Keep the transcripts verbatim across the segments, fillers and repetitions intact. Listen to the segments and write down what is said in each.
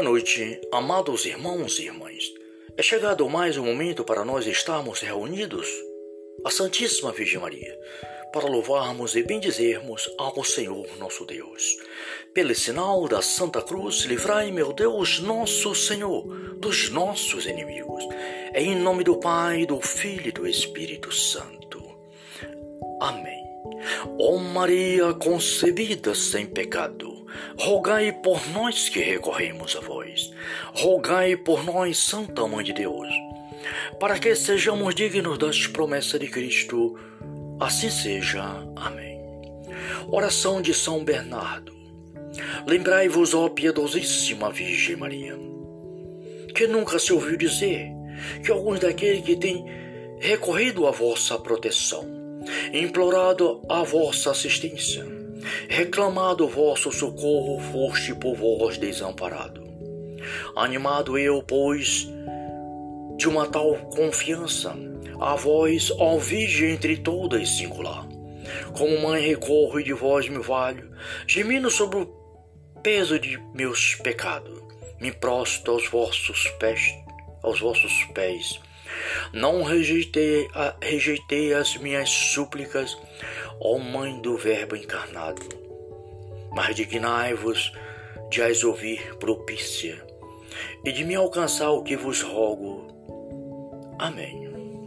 Boa noite, amados irmãos e irmãs. É chegado mais um momento para nós estarmos reunidos à Santíssima Virgem Maria, para louvarmos e bendizermos ao Senhor nosso Deus. Pelo sinal da Santa Cruz, livrai, meu Deus, nosso Senhor, dos nossos inimigos. Em nome do Pai, do Filho e do Espírito Santo. Amém. Ó Maria concebida sem pecado, rogai por nós que recorremos a vós. Rogai por nós, Santa Mãe de Deus, para que sejamos dignos das promessas de Cristo. Assim seja. Amém. Oração de São Bernardo. Lembrai-vos, ó piedosíssima Virgem Maria, que nunca se ouviu dizer que alguns daqueles que têm recorrido à vossa proteção, implorado a vossa assistência, reclamado o vosso socorro, foste por vós desamparado. Animado eu, pois, de uma tal confiança, a vós, ó Virgem entre todas singular, como mãe recorro e de vós me valho, gemindo sobre o peso de meus pecados, me prostro aos vossos pés, aos vossos pés. Não rejeitei, a, rejeitei as minhas súplicas, ó Mãe do Verbo encarnado, mas dignai-vos de as ouvir propícia e de me alcançar o que vos rogo. Amém.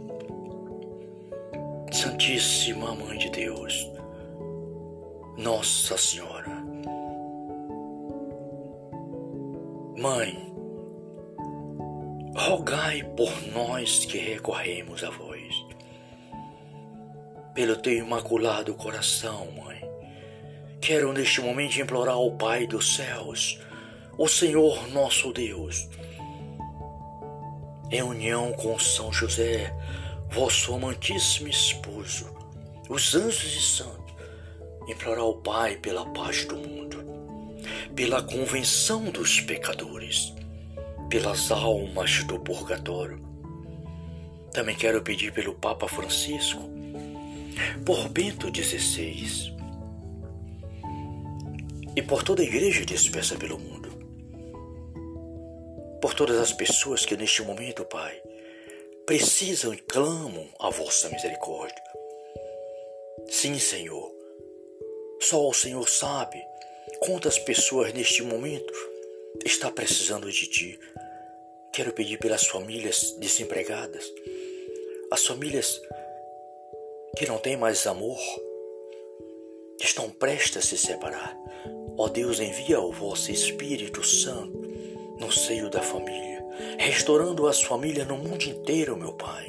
Santíssima Mãe de Deus, Nossa Senhora, Mãe, rogai por nós que recorremos a vós. Pelo teu imaculado coração, Mãe, quero neste momento implorar ao Pai dos céus, o Senhor nosso Deus, em união com São José, vosso amantíssimo esposo, os anjos e santos, implorar ao Pai pela paz do mundo, pela convenção dos pecadores, pelas almas do purgatório. Também quero pedir pelo Papa Francisco, por Bento dezesseis e por toda a igreja dispersa pelo mundo, por todas as pessoas que neste momento, Pai, precisam e clamam a vossa misericórdia. Sim, Senhor, só o Senhor sabe quantas pessoas neste momento está precisando de Ti. Quero pedir pelas famílias desempregadas, as famílias que não têm mais amor, que estão prestes a se separar. Ó Deus, envia o vosso Espírito Santo no seio da família, restaurando as famílias no mundo inteiro, meu Pai.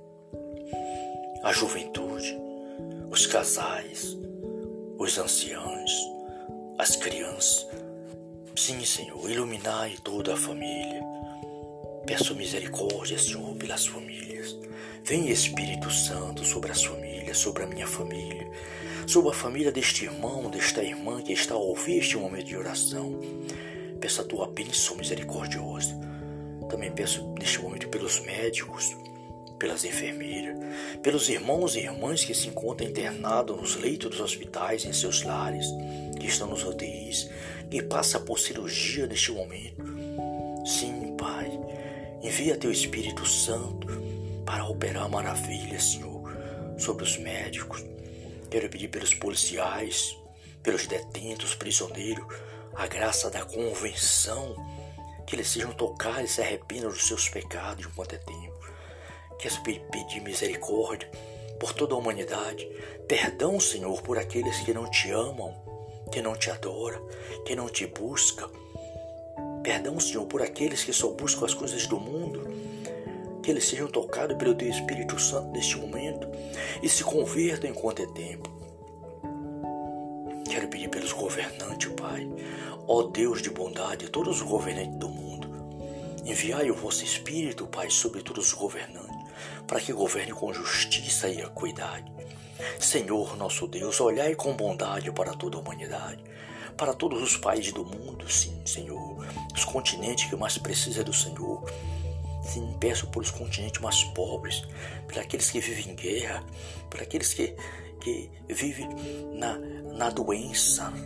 A juventude, os casais, os anciãos, as crianças. Sim, Senhor, iluminai toda a família. Peço misericórdia, Senhor, pelas famílias. Vem, Espírito Santo, sobre as famílias, sobre a minha família, sobre a família deste irmão, desta irmã que está a ouvir este momento de oração. Peço a tua bênção misericordiosa. Também peço neste momento pelos médicos, pelas enfermeiras, pelos irmãos e irmãs que se encontram internados nos leitos dos hospitais, em seus lares, que estão nos U T Is, que passa por cirurgia neste momento. Sim, Pai, envia teu Espírito Santo para operar maravilhas, Senhor, sobre os médicos. Quero pedir pelos policiais, pelos detentos, prisioneiros, a graça da convenção, que eles sejam tocados e se arrependam dos seus pecados enquanto é tempo. Quero pedir misericórdia por toda a humanidade, perdão, Senhor, por aqueles que não te amam, que não te adoram, que não te buscam. Perdão, Senhor, por aqueles que só buscam as coisas do mundo, que eles sejam tocados pelo Teu Espírito Santo neste momento e se convertam enquanto é tempo. Quero pedir pelos governantes, Pai, ó Deus de bondade, todos os governantes do mundo. Enviai o vosso Espírito, Pai, sobre todos os governantes, para que governe com justiça e equidade. Senhor, nosso Deus, olhai com bondade para toda a humanidade, para todos os países do mundo, sim, Senhor, os continentes que mais precisam do Senhor. Sim, peço pelos continentes mais pobres, por aqueles que vivem em guerra, por aqueles que, que vivem na, na doença,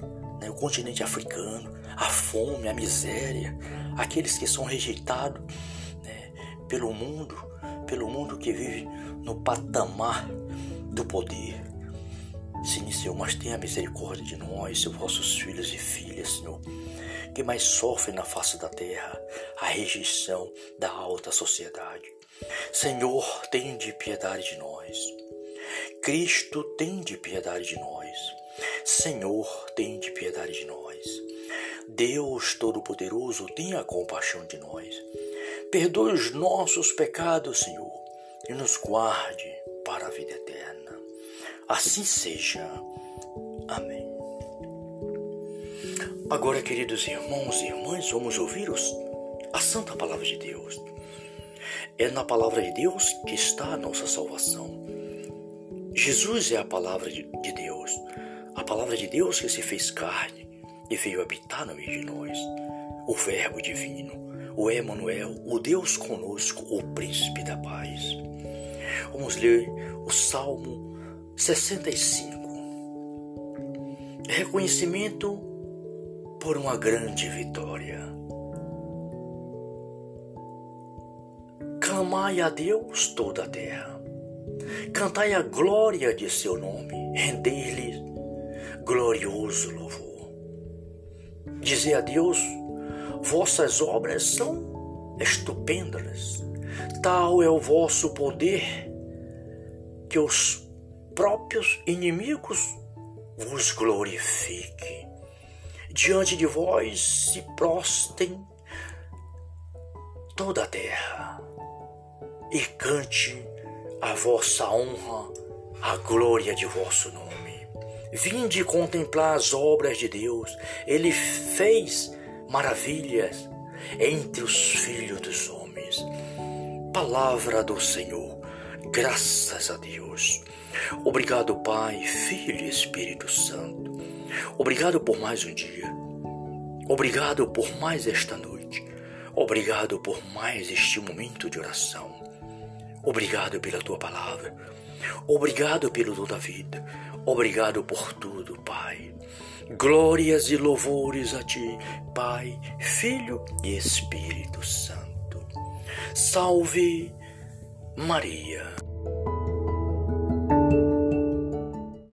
né, o continente africano, a fome, a miséria, aqueles que são rejeitados, né, pelo mundo, pelo mundo que vive no patamar do poder. Sim, Senhor, mas tenha misericórdia de nós, vossos filhos e filhas, Senhor, que mais sofrem na face da terra a rejeição da alta sociedade. Senhor, tende piedade de nós. Cristo, tende piedade de nós. Senhor, tende piedade de nós. Deus Todo-Poderoso, tenha compaixão de nós. Perdoe os nossos pecados, Senhor, e nos guarde para a vida eterna. Assim seja. Amém. Agora, queridos irmãos e irmãs, vamos ouvir os, a Santa Palavra de Deus. É na Palavra de Deus que está a nossa salvação. Jesus é a Palavra de Deus, a Palavra de Deus que se fez carne e veio habitar no meio de nós, o Verbo Divino, o Emanuel, o Deus conosco, o Príncipe da Paz. Vamos ler o Salmo sessenta e cinco. Reconhecimento por uma grande vitória. Clamai a Deus toda a terra. Cantai a glória de seu nome, rendei-lhe glorioso louvor. Dizei a Deus, vossas obras são estupendas, tal é o vosso poder, que os próprios inimigos vos glorifiquem. Diante de vós se prostem toda a terra e cante a vossa honra, a glória de vosso nome. Vinde contemplar as obras de Deus. Ele fez maravilhas entre os filhos dos homens. Palavra do Senhor. Graças a Deus. Obrigado, Pai, Filho e Espírito Santo. Obrigado por mais um dia. Obrigado por mais esta noite. Obrigado por mais este momento de oração. Obrigado pela Tua Palavra. Obrigado pelo dom da vida. Obrigado por tudo, Pai. Glórias e louvores a Ti, Pai, Filho e Espírito Santo. Salve Maria.